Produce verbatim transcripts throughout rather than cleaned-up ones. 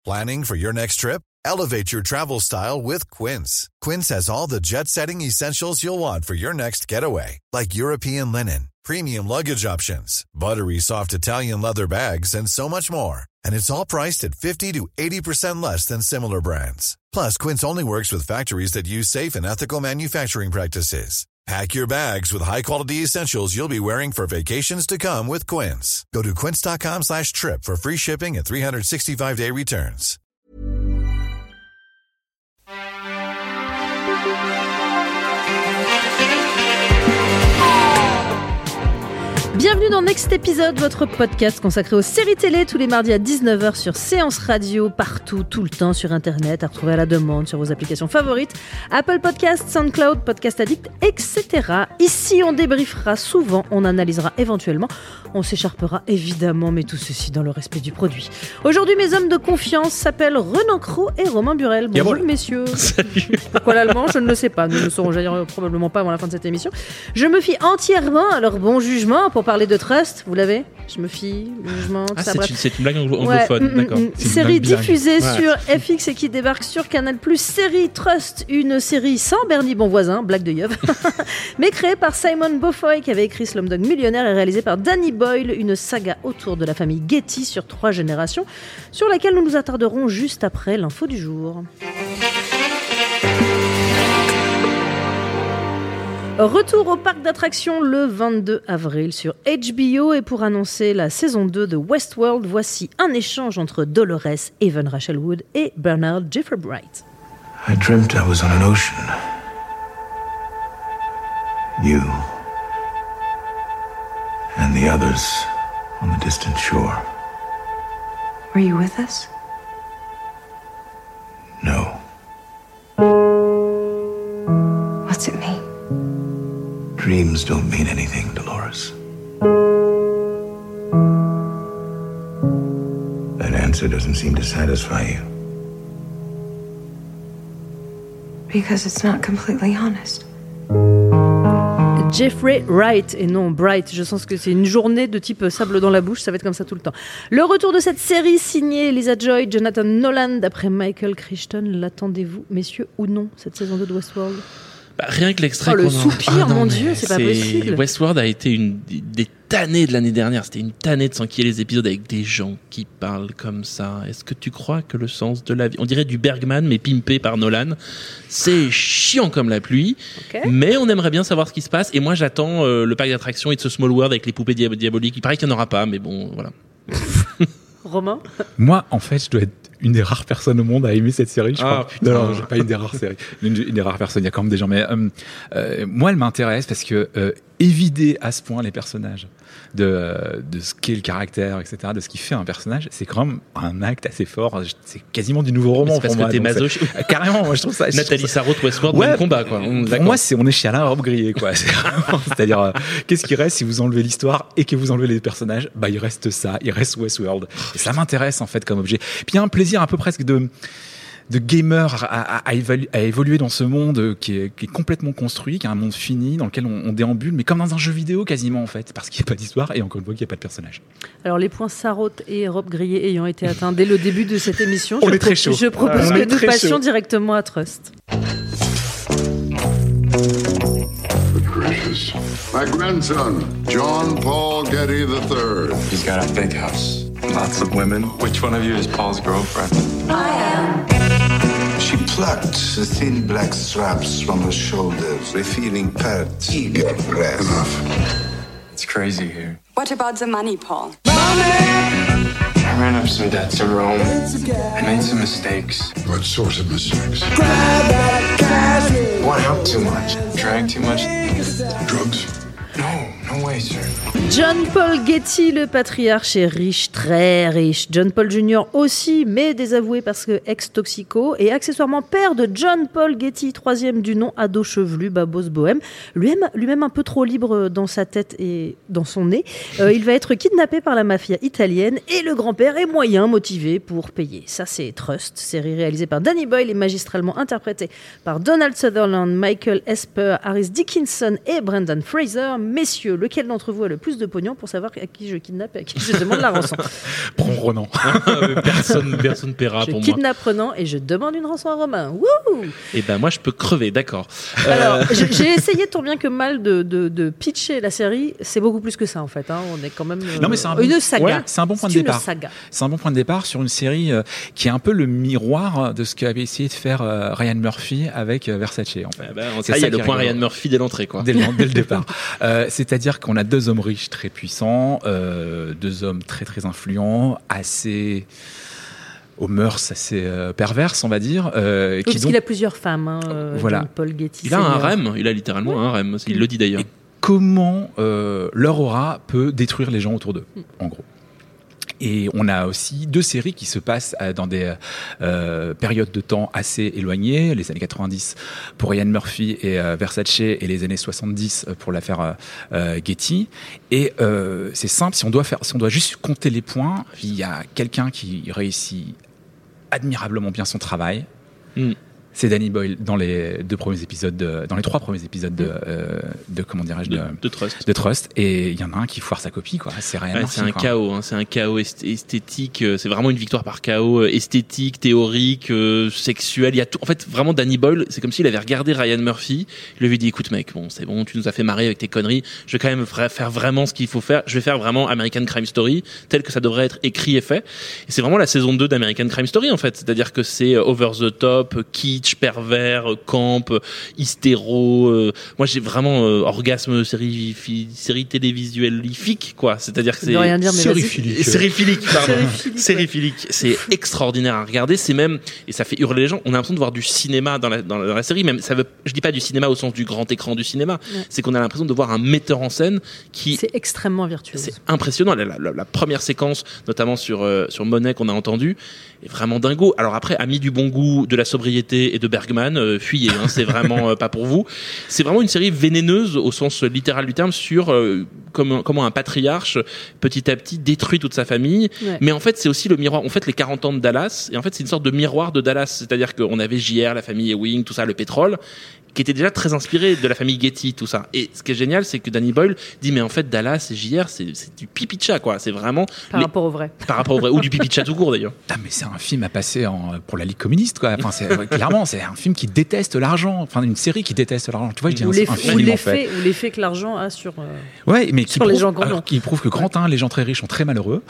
Planning for your next trip? Elevate your travel style with Quince. Quince has all the jet-setting essentials you'll want for your next getaway, like European linen, premium luggage options, buttery soft Italian leather bags, and so much more. And it's all priced at fifty to eighty percent less than similar brands. Plus, Quince only works with factories that use safe and ethical manufacturing practices. Pack your bags with high-quality essentials you'll be wearing for vacations to come with Quince. Go to quince.com slash trip for free shipping and three sixty-five day returns. Bienvenue dans Next Episode, votre podcast consacré aux séries télé tous les mardis à dix-neuf heures sur Séance Radio, partout, tout le temps sur Internet, à retrouver à la demande sur vos applications favorites, Apple Podcasts, SoundCloud, Podcast Addict, et cetera. Ici, on débriefera souvent, on analysera éventuellement, on s'écharpera évidemment, mais tout ceci dans le respect du produit. Aujourd'hui, mes hommes de confiance s'appellent Renan Cros et Romain Burel. Bonjour yeah, messieurs. Salut. Pourquoi l'allemand ? Je ne le sais pas, nous ne le saurons probablement pas avant la fin de cette émission. Je me fie entièrement à leur bon jugement pour parler de Trust, vous l'avez ? Je me fie, le jugement, tout ah, ça, c'est, bref. une, c'est une blague anglophone, ouais, d'accord. Mm, série diffusée ouais. sur F X et qui débarque sur Canal+. Série Trust, une série sans Bernie Bonvoisin, blague de Yov, mais créée par Simon Beaufoy qui avait écrit Slumdog Millionnaire et réalisée par Danny Boyle, une saga autour de la famille Getty sur trois générations, sur laquelle nous nous attarderons juste après l'info du jour. Retour au parc d'attractions le vingt-deux avril sur H B O et pour annoncer la saison deux de Westworld, voici un échange entre Dolores Evan Rachel Wood et Bernard Jeffrey Bright. I dreamt I was on an ocean. You and the others on the distant shore. Were you with us? No. What's it mean? Dreams don't mean anything, Dolores. That answer doesn't seem to satisfy you. Because it's not completely honest. Jeffrey Wright et non Bright. Je sens que c'est une journée de type sable dans la bouche, ça va être comme ça tout le temps. Le retour de cette série signée Lisa Joy, Jonathan Nolan, d'après Michael Crichton. L'attendez-vous, messieurs, ou non, cette saison deux de Westworld ? Bah, rien que l'extrait oh, qu'on le a... soupir, ah, non, mon Dieu, c'est, c'est pas possible. Westworld a été une des tannées de l'année dernière. C'était une tannée de s'enquiller les épisodes avec des gens qui parlent comme ça. Est-ce que tu crois que le sens de la vie, on dirait du Bergman mais pimpé par Nolan, c'est chiant comme la pluie. Okay. Mais on aimerait bien savoir ce qui se passe. Et moi, j'attends euh, le parc d'attractions It's a Small World avec les poupées diab- diaboliques. Il paraît qu'il n'y en aura pas, mais bon, voilà. Romain ? Moi, en fait, je dois être une des rares personnes au monde à aimer cette série, je ah, crois. Non, non, j'ai pas une des rares séries. Une, une des rares personnes, il y a quand même des gens. Mais euh, euh, moi, elle m'intéresse parce que euh, évider à ce point les personnages de, de ce qu'est le caractère, et cetera, de ce qui fait un personnage, c'est quand même un acte assez fort. C'est quasiment du nouveau roman. C'est parce pour que moi, t'es masoch. Carrément, moi je trouve ça. Nathalie Sarraute, Westworld, ouais, dans le combat, quoi. On, pour moi, c'est, on est chez Alain Robe Grillé, quoi. C'est vraiment, c'est-à-dire, euh, qu'est-ce qui reste si vous enlevez l'histoire et que vous enlevez les personnages ? Bah, il reste ça, il reste Westworld. Et ça m'intéresse, en fait, comme objet. Puis il y a un plaisir un peu presque de. de gamer à, à, à, évalu- à évoluer dans ce monde qui est, qui est complètement construit, qui est un monde fini, dans lequel on, on déambule, mais comme dans un jeu vidéo quasiment en fait, parce qu'il n'y a pas d'histoire et encore une fois qu'il n'y a pas de personnage. Alors les points Sarraute et Robe Grillé ayant été atteints dès le début de cette émission, on je, est très chaud. je propose ah, que nous passions chaud. directement à Trust. Gracious. My grandson, John Paul Getty the third. He's got a big house, lots of women. Which one of you is Paul's girlfriend? I am. She plucked the thin black straps from her shoulders, revealing pert eager breath. Enough. It's crazy here. What about the money, Paul? Money! I ran up some debts in Rome. I made some mistakes. What sort of mistakes? Went out too much. Drank too much. Drugs? No, no way, sir. John Paul Getty, le patriarche, est riche, très riche. John Paul Junior aussi, mais désavoué parce que ex-toxico, et accessoirement père de John Paul Getty, troisième du nom, ado chevelu, babos bohème, lui-même, lui-même un peu trop libre dans sa tête et dans son nez. Euh, il va être kidnappé par la mafia italienne et le grand-père est moyen motivé pour payer. Ça, c'est Trust, série réalisée par Danny Boyle et magistralement interprétée par Donald Sutherland, Michael Esper, Harris Dickinson et Brendan Fraser. Messieurs, lequel d'entre vous a le plus de pognon pour savoir à qui je kidnappe et à qui je demande la rançon. Prends Ronan. personne, personne paiera Je pour moi. kidnappe Renan et je demande une rançon à Romain. Wouh! Et ben moi je peux crever, d'accord. Alors, Euh, j'ai j'ai essayé tant bien que mal de, de, de pitcher la série. C'est beaucoup plus que ça en fait. Hein. On est quand même euh, Non, mais c'est un bon- une saga. ouais, c'est un bon point de C'est une départ. saga. C'est un bon point de départ sur une série euh, qui est un peu le miroir de ce qu'avait essayé de faire euh, Ryan Murphy avec euh, Versace. En fait. eh ben, C'est ça, il y ça a le qui est point rigolo. Ryan Murphy dès l'entrée, quoi. Dès le, dès le départ. Euh, c'est-à-dire qu'on a deux hommes riches très puissants, euh, deux hommes très très influents, assez aux mœurs assez euh, perverses, on va dire. Euh, Oui, qui parce donc- qu'il a plusieurs femmes. Hein, euh, Voilà. John Paul Getty. Il a un Senior. harem, il a littéralement un harem. Il le dit d'ailleurs. Et comment euh, leur aura peut détruire les gens autour d'eux, en gros. Et on a aussi deux séries qui se passent euh, dans des euh, périodes de temps assez éloignées, les années quatre-vingt-dix pour Ryan Murphy et euh, Versace, et les années soixante-dix pour l'affaire euh, euh, Getty. Et euh, c'est simple, si on doit faire, si on doit juste compter les points, il y a quelqu'un qui réussit admirablement bien son travail. Mm. C'est Danny Boyle dans les deux premiers épisodes, de, dans les trois premiers épisodes de, euh, de comment dirais-je, De, de, de Trust. de Trust. Et il y en a un qui foire sa copie, quoi. C'est Ryan Ouais, Murphy, c'est un quoi. chaos, hein, c'est un chaos est- esthétique. euh, C'est vraiment une victoire par chaos euh, esthétique, théorique, euh, sexuel. Il y a tout. En fait, vraiment, Danny Boyle, c'est comme s'il avait regardé Ryan Murphy. Il lui avait dit, écoute, mec, bon, c'est bon, tu nous as fait marrer avec tes conneries. Je vais quand même vra- faire vraiment ce qu'il faut faire. Je vais faire vraiment American Crime Story tel que ça devrait être écrit et fait. Et c'est vraiment la saison deux d'American Crime Story, en fait. C'est-à-dire que c'est euh, over the top, kitsch, pervers, euh, camp, euh, hystéro. euh, moi, j'ai vraiment euh, orgasme série, fi- série télévisuelifique, quoi. C'est-à-dire que Ça c'est veut rien dire, mais vas-y. Sériphilique. Sériphilique, pardon. Sériphilique, Sériphilique. C'est extraordinaire à regarder. C'est même, et ça fait hurler les gens. On a l'impression de voir du cinéma dans la, dans la, dans la série. Même, ça veut, je dis pas du cinéma au sens du grand écran du cinéma. Ouais. C'est qu'on a l'impression de voir un metteur en scène qui, C'est extrêmement virtuose. c'est impressionnant. La, la- la première séquence, notamment sur, euh, sur Monet qu'on a entendu, est vraiment dingo. Alors après, amis du bon goût, de la sobriété et de Bergman, euh, fuyez, hein, c'est vraiment euh, pas pour vous. C'est vraiment une série vénéneuse au sens littéral du terme sur euh, comment, comment un patriarche, petit à petit, détruit toute sa famille. Ouais. Mais en fait, c'est aussi le miroir. On fait les quarante ans de Dallas, et en fait, c'est une sorte de miroir de Dallas. C'est-à-dire qu'on avait J R, la famille Ewing, tout ça, le pétrole, qui était déjà très inspiré de la famille Getty, tout ça. Et ce qui est génial, c'est que Danny Boyle dit, mais en fait, Dallas et J R, c'est, c'est du pipi de chat, quoi. C'est vraiment Par les- rapport au vrai. par rapport au vrai, ou du pipi de chat tout court, d'ailleurs. Ah, mais c'est un film à passer en, pour la Ligue communiste, quoi. Enfin, c'est, clairement, c'est un film qui déteste l'argent. Enfin, une série qui déteste l'argent. Tu vois, je dis Ou un, l'eff- un ou film, en l'effet fait. ou l'effet que l'argent a sur. euh, Ouais, mais qui sur les prouve, gens gros alors, noms. qui prouve que grand un, les gens très riches sont très malheureux.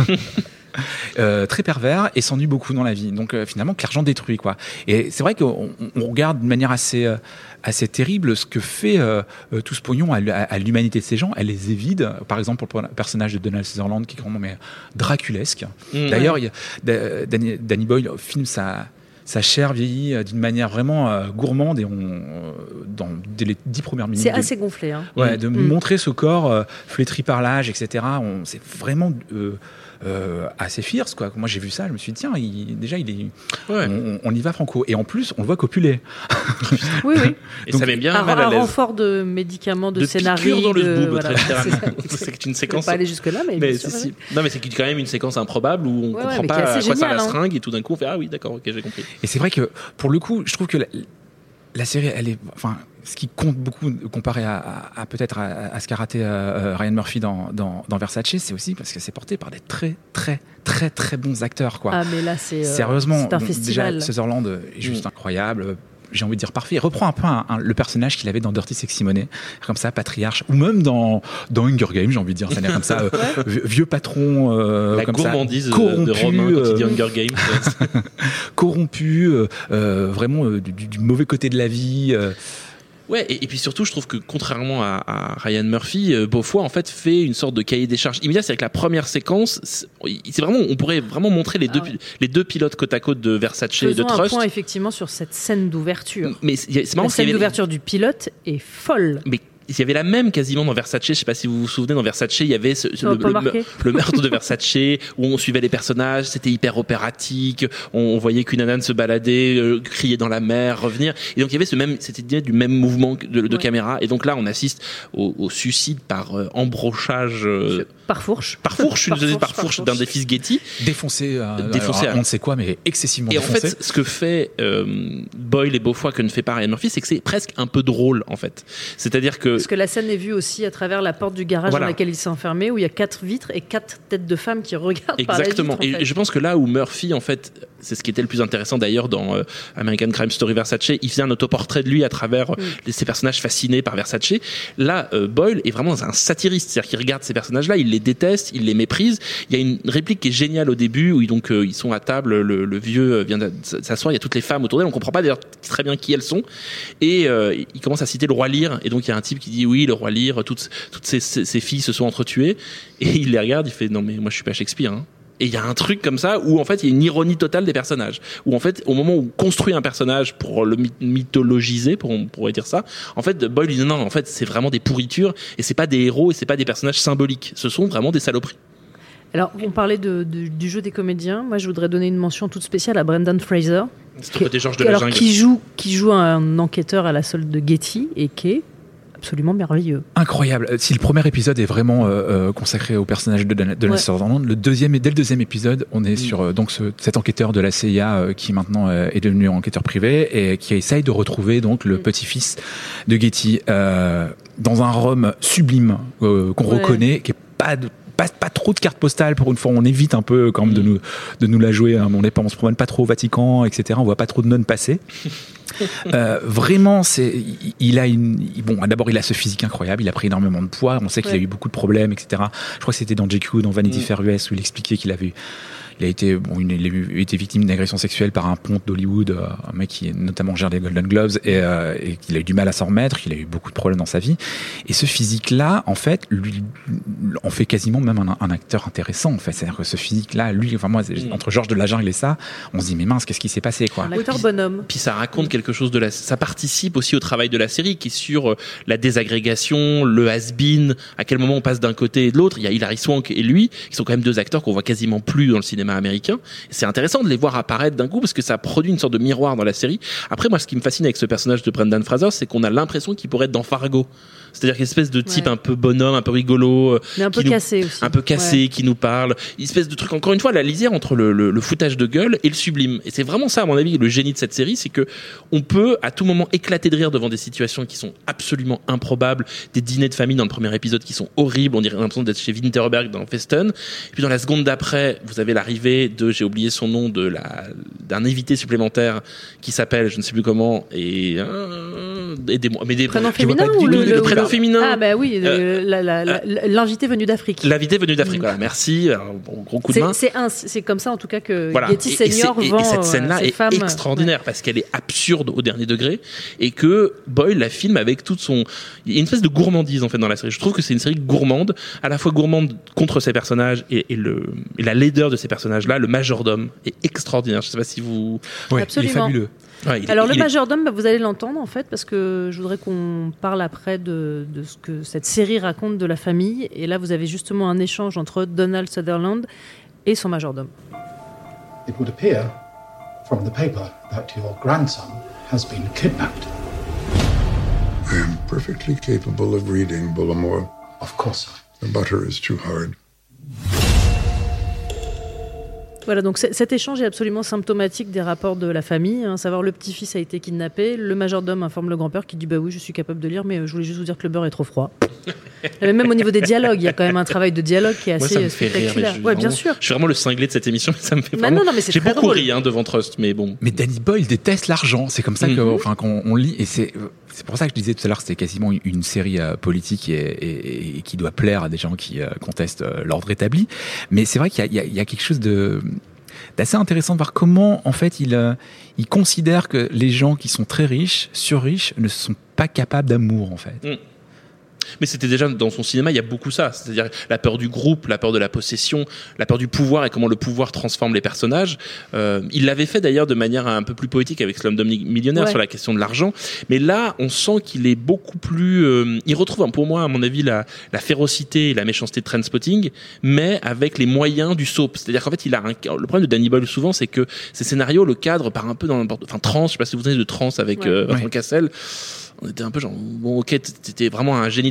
Euh, très pervers et s'ennuie beaucoup dans la vie. Donc euh, finalement que l'argent détruit, quoi. Et c'est vrai qu'on on regarde de manière assez euh, assez terrible ce que fait euh, euh, tout ce pognon à, l- à- à l'humanité de ces gens. Elle les évide. Par exemple pour le personnage de Donald Sutherland qui est vraiment mais draculesque. Mmh. D'ailleurs, il y a- Da- Danny, Danny Boyle filme sa sa chair vieillit euh, d'une manière vraiment euh, gourmande et on euh, dans dès les dix premières minutes. C'est de- assez gonflé. Hein. Ouais, de Mm. montrer ce corps euh, flétri par l'âge, et cetera. On, c'est vraiment euh, euh, assez fierce, quoi. Moi, j'ai vu ça, je me suis dit, tiens, il, déjà, il est, Ouais. on, on y va franco. Et en plus, on le voit copuler. Oui, oui. Et Donc, ça met bien un, mal à un l'aise. renfort de médicaments, de, De scénario. piqûres dans le de- zboob, voilà. très littéralement. C'est ça. C'est une Je vais séquence. pas aller jusque-là, mais. Mais bien si, sûr, si. oui. Non, mais c'est quand même une séquence improbable où on Ouais, ouais, comprend mais pas qui est à assez quoi ça géniale, la hein. seringue et tout d'un coup on fait ah oui d'accord ok j'ai compris. Et c'est vrai que, pour le coup, je trouve que la, la série, elle est, enfin, ce qui compte beaucoup comparé à, à, à peut-être à, à ce qu'a raté euh, Ryan Murphy dans, dans, dans Versace, c'est aussi parce que c'est porté par des très, très, très, très bons acteurs, quoi. Ah, mais là, c'est. euh, Sérieusement, c'est un bon, festival. déjà, Sutherland est juste Mm. incroyable. J'ai envie de dire parfait. Il reprend un peu un- un- le personnage qu'il avait dans Dirty Sexy Money, comme ça, patriarche, ou même dans, dans Hunger Games, j'ai envie de dire. Ça a l'air comme ça, euh, vieux- vieux patron, euh, La comme gourmandise ça, de- corrompu, de Romain quand il dit euh, Hunger Games. corrompu, euh, euh, vraiment euh, du, du- du mauvais côté de la vie. euh. Ouais, et, et puis surtout, je trouve que contrairement à, à Ryan Murphy, euh, Beaufoy en fait fait une sorte de cahier des charges immédiat. C'est-à-dire que la première séquence, c'est c'est vraiment, on pourrait vraiment montrer les Ah deux ouais. pi- les deux pilotes côte à côte de Versace et de Faisons un Trust. point effectivement sur cette scène d'ouverture. Mais c'est c'est La marrant, scène qu'il y avait- d'ouverture du pilote est folle. mais il y avait la même quasiment dans Versace. Je sais pas si vous vous souvenez, dans Versace, il y avait ce, ce- Ça m'a le, pas le- marqué. le meurtre de Versace où on suivait les personnages. C'était hyper opératique. On, on voyait qu'une nana se baladait, euh, crier dans la mer, revenir. Et donc il y avait ce même, cette idée du même mouvement de, de Ouais. caméra. Et donc là, on assiste au, au suicide par euh, embrochage. euh, Par fourche. Par fourche, une Par par, fourche, par par fourche fourche. d'un des fils Getty. Défoncé, euh, Défoncé alors, à- on ne sait quoi, mais excessivement Et en défoncé. fait, ce que fait euh, Boyle et Beaufoy que ne fait pas Ryan Murphy, c'est que c'est presque un peu drôle, en fait. C'est-à-dire que Parce que la scène est vue aussi à travers la porte du garage Voilà. dans laquelle il s'est enfermé, où il y a quatre vitres et quatre têtes de femmes qui regardent par la vitre. exactement. en fait. Et je pense que là où Murphy, en fait, c'est ce qui était le plus intéressant d'ailleurs dans euh, American Crime Story Versace, il faisait un autoportrait de lui à travers euh, les- ces personnages fascinés par Versace. Là, euh, Boyle est vraiment un satiriste, c'est-à-dire qu'il regarde ces personnages-là, il les déteste, il les méprise. Il y a une réplique qui est géniale au début où ils, donc euh, ils sont à table, le, le vieux vient de s'asseoir, il y a toutes les femmes autour d'elle, on comprend pas d'ailleurs très bien qui elles sont, et euh, il commence à citer le roi Lear, et donc il y a un type qui dit oui, le roi Lear, toutes toutes ces, ces, ces filles se sont entretuées, et il les regarde, il fait non mais moi je suis pas Shakespeare. Hein. Et il y a un truc comme ça où en fait il y a une ironie totale des personnages. Où en fait au moment où on construit un personnage pour le myth- mythologiser, pour, on pourrait dire ça, en fait Boyle dit non, en fait c'est vraiment des pourritures et c'est pas des héros et c'est pas des personnages symboliques. Ce sont vraiment des saloperies. Alors, on parlait de, de- du jeu des comédiens. Moi, je voudrais donner une mention toute spéciale à Brendan Fraser. C'est le côté Georges de la alors, jungle. qui joue, qui joue un enquêteur à la solde de Getty et qui est absolument merveilleux. Incroyable. Si le premier épisode est vraiment euh, euh, consacré au personnage de Donald Ouais. Sutherland, le deuxième et dès le deuxième épisode, on est sur euh, donc ce, cet enquêteur de la C I A euh, qui maintenant euh, est devenu enquêteur privé et qui essaye de retrouver donc le Mm. petit-fils de Getty euh, dans un Rome sublime euh, qu'on Ouais. reconnaît, qui est pas de pas, pas trop de cartes postales pour une fois, on évite un peu quand même de nous de nous la jouer, hein. on n'est pas on se promène pas trop au Vatican, etc., on voit pas trop de nonnes passer. Euh, vraiment, c'est, il, il a une, il- bon, d'abord il a ce physique incroyable, il a pris énormément de poids, on sait qu'il Ouais. a eu beaucoup de problèmes, et cetera. Je crois que c'était dans J Q, dans Vanity Mm. Fair U S, où il expliquait qu'il avait eu, il a été, bon, il a eu- été victime d'agression sexuelle par un ponte d'Hollywood, euh, un mec qui notamment gère les Golden Globes, et, euh, et qu'il a eu du mal à s'en remettre, qu'il a eu beaucoup de problèmes dans sa vie. Et ce physique-là, en fait, lui, en fait quasiment même un, un acteur intéressant, en fait. C'est-à-dire que ce physique-là, lui, enfin moi, Mm. entre Georges de la Jungle et ça, on se dit mais mince, qu'est-ce qui s'est passé, quoi. Un acteur puis- bonhomme. Puis ça raconte quelque chose de la, ça participe aussi au travail de la série qui est sur euh, la désagrégation, le has-been, à quel moment on passe d'un côté et de l'autre. Il y a Hilary Swank et lui, qui sont quand même deux acteurs qu'on voit quasiment plus dans le cinéma américain. Et c'est intéressant de les voir apparaître d'un coup parce que ça produit une sorte de miroir dans la série. Après, moi, ce qui me fascine avec ce personnage de Brendan Fraser, c'est qu'on a l'impression qu'il pourrait être dans Fargo. C'est-à-dire qu'une espèce de type Ouais. un peu bonhomme, un peu rigolo, euh, Mais un peu qui nous- cassé aussi. un peu cassé, Ouais. qui nous parle, une espèce de truc, encore une fois, la lisière entre le, le, le foutage de gueule et le sublime. Et c'est vraiment ça, à mon avis, le génie de cette série, c'est que on peut à tout moment éclater de rire devant des situations qui sont absolument improbables, des dîners de famille dans le premier épisode qui sont horribles, on dirait l'impression d'être chez Winterberg dans Festen. Et puis dans la seconde d'après, vous avez l'arrivée de, j'ai oublié son nom, de la, d'un invité supplémentaire qui s'appelle, je ne sais plus comment, et, euh, aidez-moi, mais des Prénom je vois féminin pas ou du tout le, le le- prénom le- féminin. Ah bah oui, le- Euh, la- la- la- l'invité venu d'Afrique. L'invité venu d'Afrique, Mm. voilà, merci, alors, bon, gros coup de C'est main. c'est un- c'est comme ça en tout cas que Voilà. Getty Et- et Senior c'est- et- vend et cette euh, scène-là ses est femmes. extraordinaire parce qu'elle est absurde au dernier degré et que Boyle la filme avec toute son, il y a une espèce de gourmandise en fait dans la série. Je trouve que c'est une série gourmande, à la fois gourmande contre ses personnages et, et le et la laideur de ces personnages-là. Le majordome est extraordinaire. Je sais pas si vous. Ouais, Absolument. il est fabuleux. Ouais, il est- Alors le il est- majordome, bah, vous allez l'entendre en fait, parce que je voudrais qu'on parle après de, de ce que cette série raconte de la famille. Et là, vous avez justement un échange entre Donald Sutherland et son majordome. It would appear from the paper that your grandson has been kidnapped. I am perfectly capable of reading, Bullimore. Of course, sir. The butter is too hard. Voilà, donc c- cet échange est absolument symptomatique des rapports de la famille. Hein, savoir le petit-fils a été kidnappé, le majordome informe le grand-père qui dit bah oui, je suis capable de lire, mais euh, je voulais juste vous dire que le beurre est trop froid. Et même au niveau des dialogues, il y a quand même un travail de dialogue qui est Moi, assez ça me fait rire. Mais spectaculaire. je, Ouais, bien vraiment- sûr. Je suis vraiment le cinglé de cette émission, mais ça me fait Bah vraiment. non, non, mais c'est J'ai très beaucoup drôle. ri hein, devant Trust, mais bon. Mais Danny Boyle déteste l'argent. C'est comme ça que, Mhm. enfin, qu'on on lit, et c'est, c'est pour ça que je disais tout à l'heure, c'était quasiment une, une série euh, politique et, et- et qui doit plaire à des gens qui euh, contestent euh, l'ordre établi. Mais c'est vrai qu'il y a, il y a- il y a quelque chose de d'assez intéressant de voir comment, en fait, il euh, il considère que les gens qui sont très riches, surriches, ne sont pas capables d'amour, en fait. Mm. Mais c'était déjà dans son cinéma, il y a beaucoup ça, c'est-à-dire la peur du groupe, la peur de la possession, la peur du pouvoir et comment le pouvoir transforme les personnages. Euh, il l'avait fait d'ailleurs de manière un peu plus poétique avec Slumdog Millionnaire Ouais. sur la question de l'argent, mais là on sent qu'il est beaucoup plus, euh, il retrouve pour moi à mon avis la, la férocité et la méchanceté de Trainspotting, mais avec les moyens du soap. C'est-à-dire qu'en fait il a un, le problème de Danny Boyle souvent c'est que ces scénarios, le cadre part un peu dans n'importe, enfin Trans, je sais pas si vous avez de Trans avec Ouais. euh, Vincent Ouais. Cassel. On était un peu genre bon ok, t'étais vraiment un génie de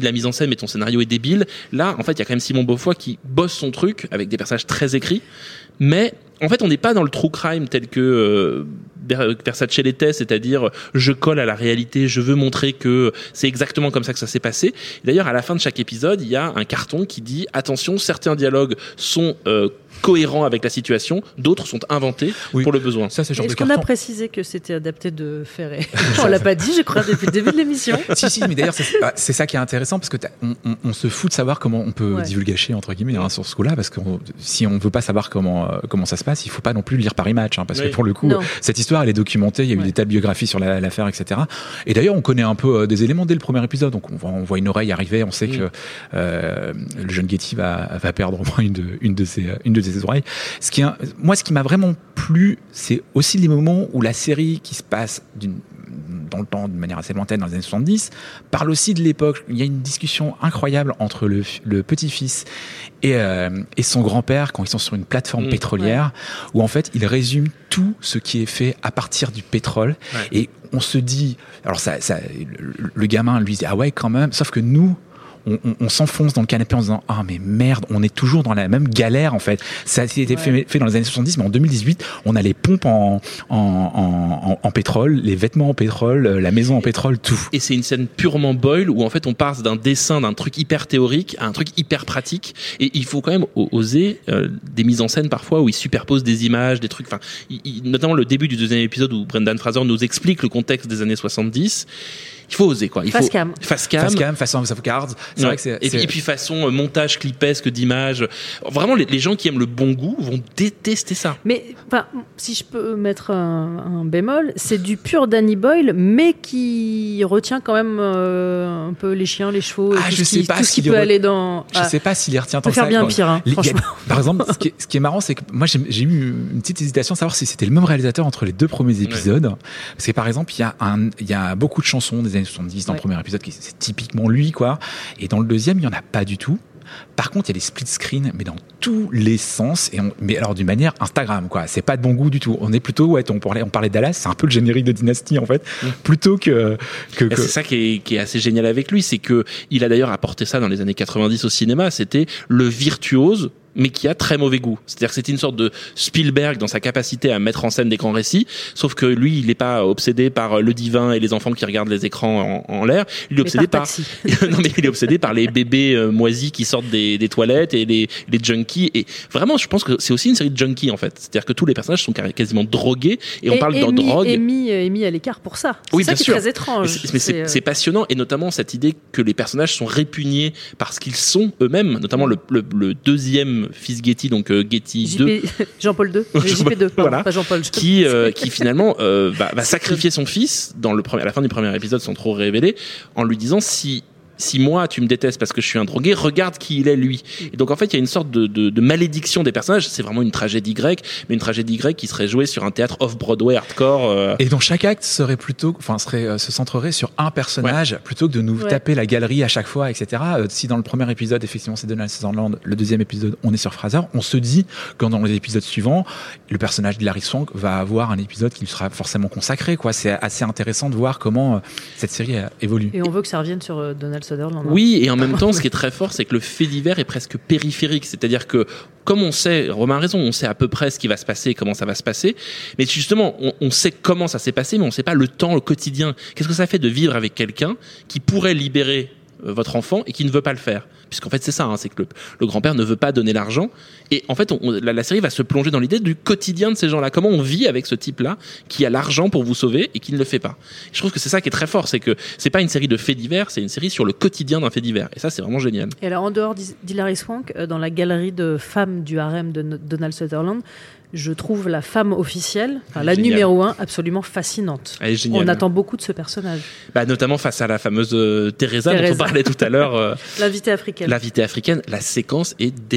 de la mise en scène, mais ton scénario est débile. Là, en fait, il y a quand même Simon Beaufoy qui bosse son truc avec des personnages très écrits, mais en fait, on n'est pas dans le true crime tel que euh, Versace l'était, c'est-à-dire je colle à la réalité, je veux montrer que c'est exactement comme ça que ça s'est passé. Et d'ailleurs, à la fin de chaque épisode, il y a un carton qui dit attention, certains dialogues sont euh, cohérents avec la situation, d'autres sont inventés oui. pour le besoin. Ça, c'est genre Est-ce de qu'on carton. a précisé que c'était adapté de Ferré? On l'a pas dit, je crois, depuis le début de l'émission. Si, si, mais d'ailleurs, c'est, c'est ça qui est intéressant parce que on, on, on se fout de savoir comment on peut ouais. divulgacher entre guillemets hein, sur ce coup-là, parce que on, si on veut pas savoir comment euh, comment ça se passe, il faut pas non plus lire Paris Match, hein, parce oui. que pour le coup, non. cette histoire elle est documentée, il y a eu ouais. des tas de biographies sur la, l'affaire, et cetera. Et d'ailleurs, on connaît un peu euh, des éléments dès le premier épisode, donc on voit, on voit une oreille arriver, on sait mmh. que euh, le jeune Getty va, va perdre au moins une de, une de ses une de ses oreilles. Ce qui, moi, ce qui m'a vraiment plu, c'est aussi les moments où la série qui se passe d'une dans le temps, de manière assez lointaine, dans les années soixante-dix, parle aussi de l'époque. Il y a une discussion incroyable entre le, le petit-fils et, euh, et son grand-père quand ils sont sur une plateforme mmh, pétrolière, ouais. où en fait, il résume tout ce qui est fait à partir du pétrole. Ouais. Et on se dit, alors ça, ça, le, le gamin lui dit, ah ouais, quand même, sauf que nous, On, on, on s'enfonce dans le canapé en se disant ah mais merde, on est toujours dans la même galère en fait. Ça a été ouais. fait, fait dans les années soixante-dix, mais en deux mille dix-huit on a les pompes en, en, en, en pétrole, les vêtements en pétrole, la maison en pétrole, tout. Et c'est une scène purement Boyle où en fait on passe d'un dessin, d'un truc hyper théorique à un truc hyper pratique, et il faut quand même oser euh, des mises en scène parfois où il superpose des images, des trucs, enfin notamment le début du deuxième épisode où Brendan Fraser nous explique le contexte des années soixante-dix. Il faut oser, quoi. Il face faut cam. Face cam. Face cam, façon House of Cards. C'est ouais. vrai que c'est, et, c'est... Puis, et puis façon euh, montage clipesque d'images. Vraiment, les, les gens qui aiment le bon goût vont détester ça. Mais enfin, si je peux mettre un, un bémol, c'est du pur Danny Boyle, mais qui retient quand même euh, un peu les chiens, les chevaux, ah, tout je ce qui, sais pas tout ce qui peut re... aller dans. Je ah, sais pas s'il les retient tant que ça. ça. Faire bien pire, hein, les, franchement. A, par exemple, ce qui, est, ce qui est marrant, c'est que moi j'ai, j'ai eu une petite hésitation à savoir si c'était le même réalisateur entre les deux premiers épisodes. Ouais. Parce que par exemple, il y a un, il y a beaucoup de chansons des années soixante-dix dans ouais. le premier épisode qui c'est typiquement lui, quoi. Et dans le deuxième, il y en a pas du tout. Par contre, il y a des split screens, mais dans tous les sens, et on, mais alors d'une manière Instagram, quoi. C'est pas de bon goût du tout. On est plutôt, ouais, on parlait, on parlait de Dallas, c'est un peu le générique de Dynasty, en fait, mmh. plutôt que, que, que... C'est ça qui est, qui est assez génial avec lui, c'est que il a d'ailleurs apporté ça dans les années quatre-vingt-dix au cinéma. C'était le virtuose, mais qui a très mauvais goût. C'est-à-dire que c'était une sorte de Spielberg dans sa capacité à mettre en scène des grands récits, sauf que lui, il n'est pas obsédé par le divin et les enfants qui regardent les écrans en, en l'air. Il est obsédé par, par... non mais il est obsédé par les bébés euh, moisis qui sortent des, des toilettes et les, les junkies. Et vraiment, je pense que c'est aussi une série de junkies en fait. C'est-à-dire que tous les personnages sont quasiment drogués et on et, parle et de mis, drogue. Et mis, et mis à l'écart pour ça. C'est oui, ça bien qui sûr. est très étrange. Mais c'est, mais c'est, c'est, c'est passionnant, et notamment cette idée que les personnages sont répugnés parce qu'ils sont eux-mêmes, notamment le, le, le deuxième fils Getty, donc euh, Getty J P, deux, Jean-Paul deux, J P deux, pardon, voilà, pas Jean-Paul. Qui, euh, qui finalement euh, va, va sacrifier son fils dans le premier, à la fin du premier épisode, sans trop révéler, en lui disant si si moi tu me détestes parce que je suis un drogué, regarde qui il est lui. Et donc en fait il y a une sorte de, de, de malédiction des personnages. C'est vraiment une tragédie grecque, mais une tragédie grecque qui serait jouée sur un théâtre off-Broadway hardcore. Euh... Et dont chaque acte serait plutôt, enfin serait euh, se centrerait sur un personnage, ouais. plutôt que de nous ouais. taper la galerie à chaque fois, et cetera. Euh, si dans le premier épisode effectivement c'est Donald Sutherland, le deuxième épisode on est sur Fraser, on se dit que dans les épisodes suivants le personnage d'Hilary Swank va avoir un épisode qui lui sera forcément consacré, quoi. C'est assez intéressant de voir comment euh, cette série euh, évolue. Et on veut que ça revienne sur euh, Donald Sutherland. Oui, et en même temps, ce qui est très fort, c'est que le fait divers est presque périphérique. C'est-à-dire que, comme on sait, Romain a raison, on sait à peu près ce qui va se passer, comment ça va se passer. Mais justement, on, on sait comment ça s'est passé, mais on ne sait pas le temps, le quotidien. Qu'est-ce que ça fait de vivre avec quelqu'un qui pourrait libérer votre enfant et qui ne veut pas le faire? Puisqu'en fait c'est ça, hein, c'est que le, le grand-père ne veut pas donner l'argent, et en fait on, la, la série va se plonger dans l'idée du quotidien de ces gens-là, comment on vit avec ce type-là qui a l'argent pour vous sauver et qui ne le fait pas. Et je trouve que c'est ça qui est très fort, c'est que c'est pas une série de faits divers, c'est une série sur le quotidien d'un fait divers, et ça c'est vraiment génial. Et alors en dehors d'Hilary Swank, dans la galerie de femmes du harem de Donald Sutherland, je trouve la femme officielle, enfin, la génial. numéro un, absolument fascinante. Elle est géniale. On attend beaucoup de ce personnage. Bah, notamment face à la fameuse euh, Teresa, Teresa dont on parlait tout à l'heure. Euh, L'invitée africaine. L'invitée africaine, la séquence est démente.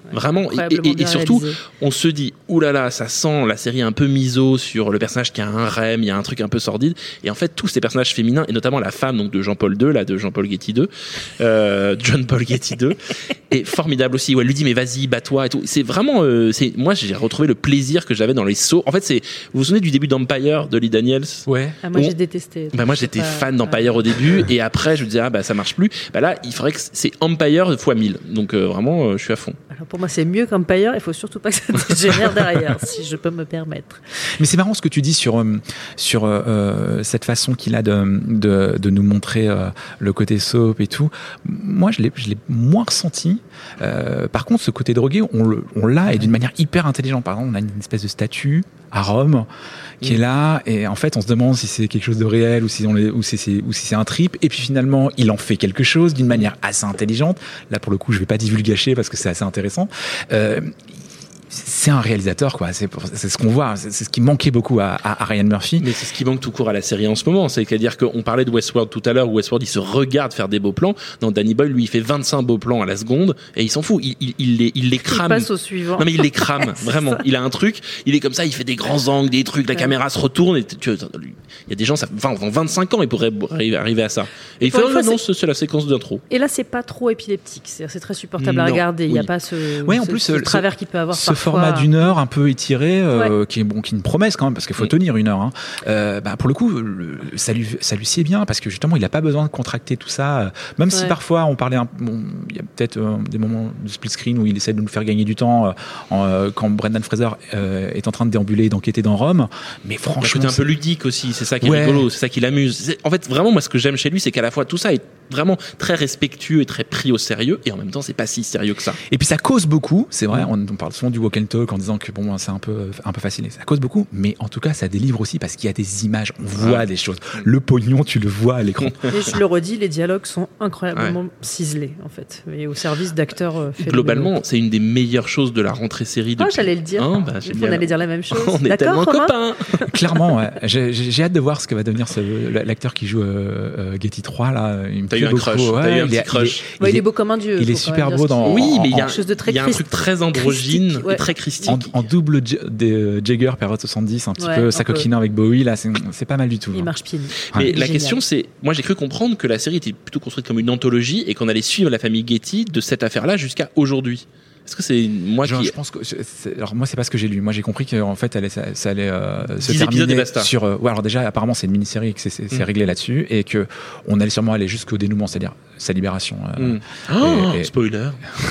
Vraiment, et, et, et surtout, réalisé. On se dit, oulala, ça sent la série un peu miso sur le personnage qui a un rêve, il y a un truc un peu sordide. Et en fait, tous ces personnages féminins, et notamment la femme donc de Jean-Paul deux, là, de Jean-Paul Getty deux, euh, John Paul Getty deux, est formidable aussi. Où elle lui dit, mais vas-y, bats-toi et tout. C'est vraiment, euh, c'est, moi, j'ai retrouvé le plaisir que j'avais dans les sauts. En fait, c'est, vous vous souvenez du début d'Empire de Lee Daniels? Ouais. Ah, moi, on, j'ai détesté. Bah, moi, j'étais pas, fan d'Empire ouais. au début, et après, je me disais, ah, bah, ça marche plus. Bah, là, il faudrait que c'est Empire fois mille. Donc, euh, vraiment, euh, je suis à fond. Alors, pour moi, c'est mieux qu'Empire. Il faut surtout pas que ça dégénère derrière, si je peux me permettre. Mais c'est marrant ce que tu dis sur sur euh, cette façon qu'il a de de, de nous montrer euh, le côté soap et tout. Moi, je l'ai je l'ai moins ressenti. Euh, par contre, ce côté drogué, on le on l'a et d'une manière hyper intelligente. Par exemple, on a une espèce de statue à Rome qui mmh. est là et en fait, on se demande si c'est quelque chose de réel ou si on est, ou si c'est ou si c'est un trip. Et puis finalement, il en fait quelque chose d'une manière assez intelligente. Là, pour le coup, je vais pas divulgacher parce que c'est assez intéressant. Euh, c'est un réalisateur, quoi. C'est, c'est ce qu'on voit. C'est, c'est ce qui manquait beaucoup à, à, à Ryan Murphy. Mais c'est ce qui manque tout court à la série en ce moment. C'est-à-dire qu'on parlait de Westworld tout à l'heure, où Westworld, il se regarde faire des beaux plans. Dans Danny Boyle, lui, il fait vingt-cinq beaux plans à la seconde et il s'en fout. Il, il, il, les, il les crame. Il passe au suivant. Non, mais il les crame. Vraiment. Ça. Il a un truc. Il est comme ça. Il fait des grands angles, des trucs. La ouais. caméra se retourne. Et tu, il y a des gens, ça, enfin, en vingt-cinq ans, ils pourraient arriver à ça. Et, et il fait, oh, non, c'est... c'est la séquence d'intro. Et là, c'est pas trop épileptique. C'est, c'est très supportable non. à regarder. Il oui. y a pas ce, ouais, en ce, plus, ce, ce travers qu'il peut avoir ce parfois. format d'une heure un peu étiré, euh, ouais. qui est bon, qui est une promesse quand même, parce qu'il faut mmh. tenir une heure. Hein. Euh, bah, pour le coup, le, ça lui, ça lui sied bien, parce que justement, il n'a pas besoin de contracter tout ça. Euh, même ouais. si parfois on parlait, un, bon, il y a peut-être euh, des moments de split screen où il essaie de nous faire gagner du temps euh, en, euh, quand Brendan Fraser euh, est en train de déambuler et d'enquêter dans Rome. Mais franchement, c'est un peu ludique aussi. C'est ça qui est ouais. rigolo, c'est ça qui l'amuse. C'est, en fait, vraiment, moi, ce que j'aime chez lui, c'est qu'à la fois tout ça est vraiment très respectueux et très pris au sérieux, et en même temps, c'est pas si sérieux que ça. Et puis ça cause beaucoup, c'est vrai. On, on parle souvent du walk and talk en disant que bon, c'est un peu un peu facile. Ça cause beaucoup, mais en tout cas, ça délivre aussi parce qu'il y a des images, on voit ah. des choses. Le pognon, tu le vois à l'écran. Et je le redis, les dialogues sont incroyablement ouais. ciselés, en fait, et au service d'acteurs. Euh, Globalement, c'est une des meilleures choses de la rentrée série. Depuis... Ah, j'allais le dire. Hein, bah, on allait dire la même chose. On est D'accord, tellement copains. Clairement, ouais. j'ai, j'ai hâte de voir ce que va devenir ce, l'acteur qui joue euh, euh, Getty trois là. Il me T'as eu un crush. Ouais, T'as eu un petit crush. Il est, il est beau comme un dieu. Il est super beau dans. Oui, mais il y a, il y a un truc très androgyne et très christique. En, en double j- de Jagger période soixante-dix, un petit ouais, peu s'acoquinant avec Bowie là, c'est, c'est pas mal du tout. Il hein. marche pieds nus. Mais ouais. la génial. Question c'est, moi j'ai cru comprendre que la série était plutôt construite comme une anthologie et qu'on allait suivre la famille Getty de cette affaire-là jusqu'à aujourd'hui. Est-ce que c'est moi Genre, qui... Je pense que c'est, alors moi c'est pas ce que j'ai lu. Moi j'ai compris qu'en fait elle, ça, ça allait euh, se terminer sur. Euh, ouais, alors déjà apparemment c'est une mini-série et que c'est, c'est, c'est mmh. réglé là-dessus et que on allait sûrement aller jusqu'au dénouement, c'est-à-dire sa libération. Euh, mmh. oh, et, et, spoiler.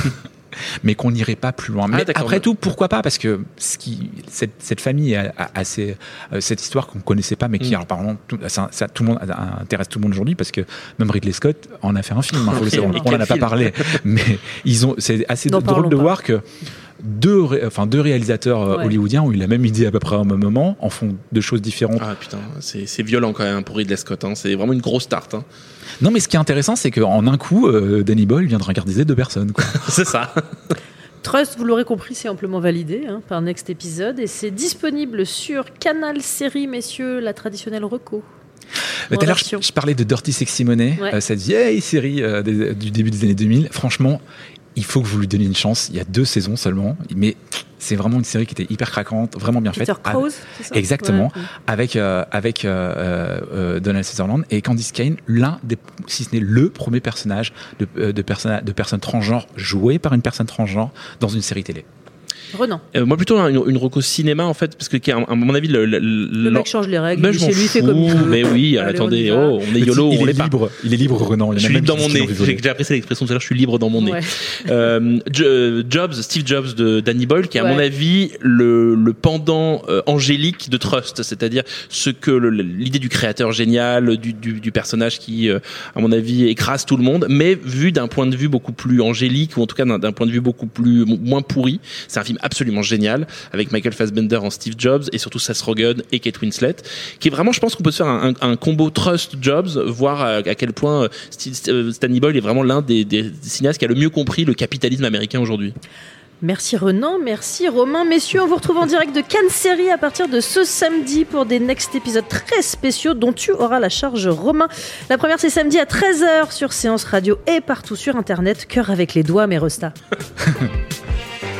Mais qu'on n'irait pas plus loin. Mais ah, après tout, pourquoi pas? Parce que ce qui, cette, cette famille a, a, a ces, euh, cette histoire qu'on connaissait pas, mais qui, mmh. alors, pardon, tout, ça, ça, tout le monde intéresse tout le monde aujourd'hui parce que même Ridley Scott en a fait un film. Hein, faut okay, le on n'en a pas parlé, mais ils ont, c'est assez non, drôle de pas. voir que deux, enfin deux réalisateurs ouais. hollywoodiens ont eu la même idée à peu près au même moment, en font deux choses différentes. Ah putain, c'est, c'est violent quand même pour Ridley Scott. Hein. C'est vraiment une grosse tarte. Hein. Non, mais ce qui est intéressant, c'est qu'en un coup, euh, Danny Boyle vient de regarder deux personnes. Quoi. C'est ça. Trust, vous l'aurez compris, c'est amplement validé hein, par Next Episode et c'est disponible sur Canal Série, messieurs, la traditionnelle reco. Tout à l'heure, je, je parlais de Dirty Sexy Money, ouais. euh, cette vieille série euh, des, du début des années deux mille. Franchement, il faut que vous lui donniez une chance. Il y a deux saisons seulement, mais c'est vraiment une série qui était hyper craquante, vraiment bien Peter faite. Krause, c'est ça Exactement, ouais. avec euh, avec euh, euh, Donald Sutherland et Candice Kane, l'un des, si ce n'est le premier personnage de euh, de personne de personne transgenre joué par une personne transgenre dans une série télé. Renan. Euh, moi plutôt une, une reco cinéma en fait parce que à, à mon avis le, le, le mec change les règles. Ben, chez lui fait comme il veut. Mais oui, allez, attendez, on oh, on est YOLO, il on est est libre. Pas. Il est libre, Renan. Je suis libre dans mon nez. J'ai déjà apprécié l'expression tout à l'heure. Je suis libre dans mon nez. Ouais. Euh, Jobs, Steve Jobs de Danny Boyle, qui est à ouais. mon avis le, le pendant euh, angélique de Trust, c'est-à-dire ce que le, l'idée du créateur génial, du, du, du personnage qui, euh, à mon avis, écrase tout le monde, mais vu d'un point de vue beaucoup plus angélique ou en tout cas d'un, d'un point de vue beaucoup plus moins pourri. C'est un film absolument génial. Avec Michael Fassbender en Steve Jobs et surtout Seth Rogen et Kate Winslet, qui est vraiment, je pense qu'on peut se faire un, un, un combo Trust Jobs, voir à, à quel point Steve, Danny Boyle est vraiment l'un des, des cinéastes qui a le mieux compris le capitalisme américain aujourd'hui. Merci Renan, merci Romain. Messieurs, on vous retrouve en direct de Cannes Série à partir de ce samedi pour des next épisodes très spéciaux dont tu auras la charge, Romain. La première, c'est samedi à treize heures sur Séance Radio et partout sur Internet. Cœur avec les doigts, mes restas.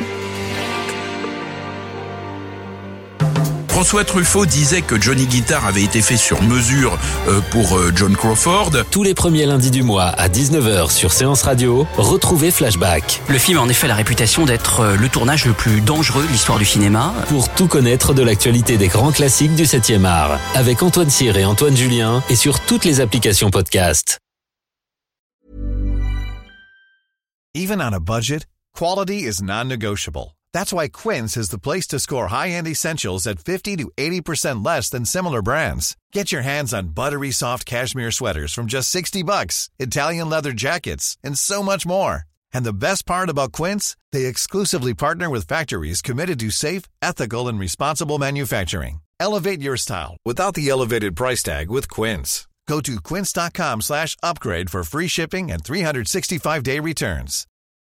François Truffaut disait que Johnny Guitar avait été fait sur mesure euh, pour euh, John Crawford. Tous les premiers lundis du mois à dix-neuf heures sur Séance Radio, retrouvez Flashback. Le film a en effet la réputation d'être le tournage le plus dangereux de l'histoire du cinéma. Pour tout connaître de l'actualité des grands classiques du septième art, avec Antoine Cyr et Antoine Julien, et sur toutes les applications podcast. Even on a budget, quality is non-negotiable. That's why Quince is the place to score high-end essentials at fifty to eighty percent less than similar brands. Get your hands on buttery soft cashmere sweaters from just sixty bucks, Italian leather jackets, and so much more. And the best part about Quince, they exclusively partner with factories committed to safe, ethical, and responsible manufacturing. Elevate your style without the elevated price tag with Quince. Go to quince.com slash upgrade for free shipping and three sixty-five day returns.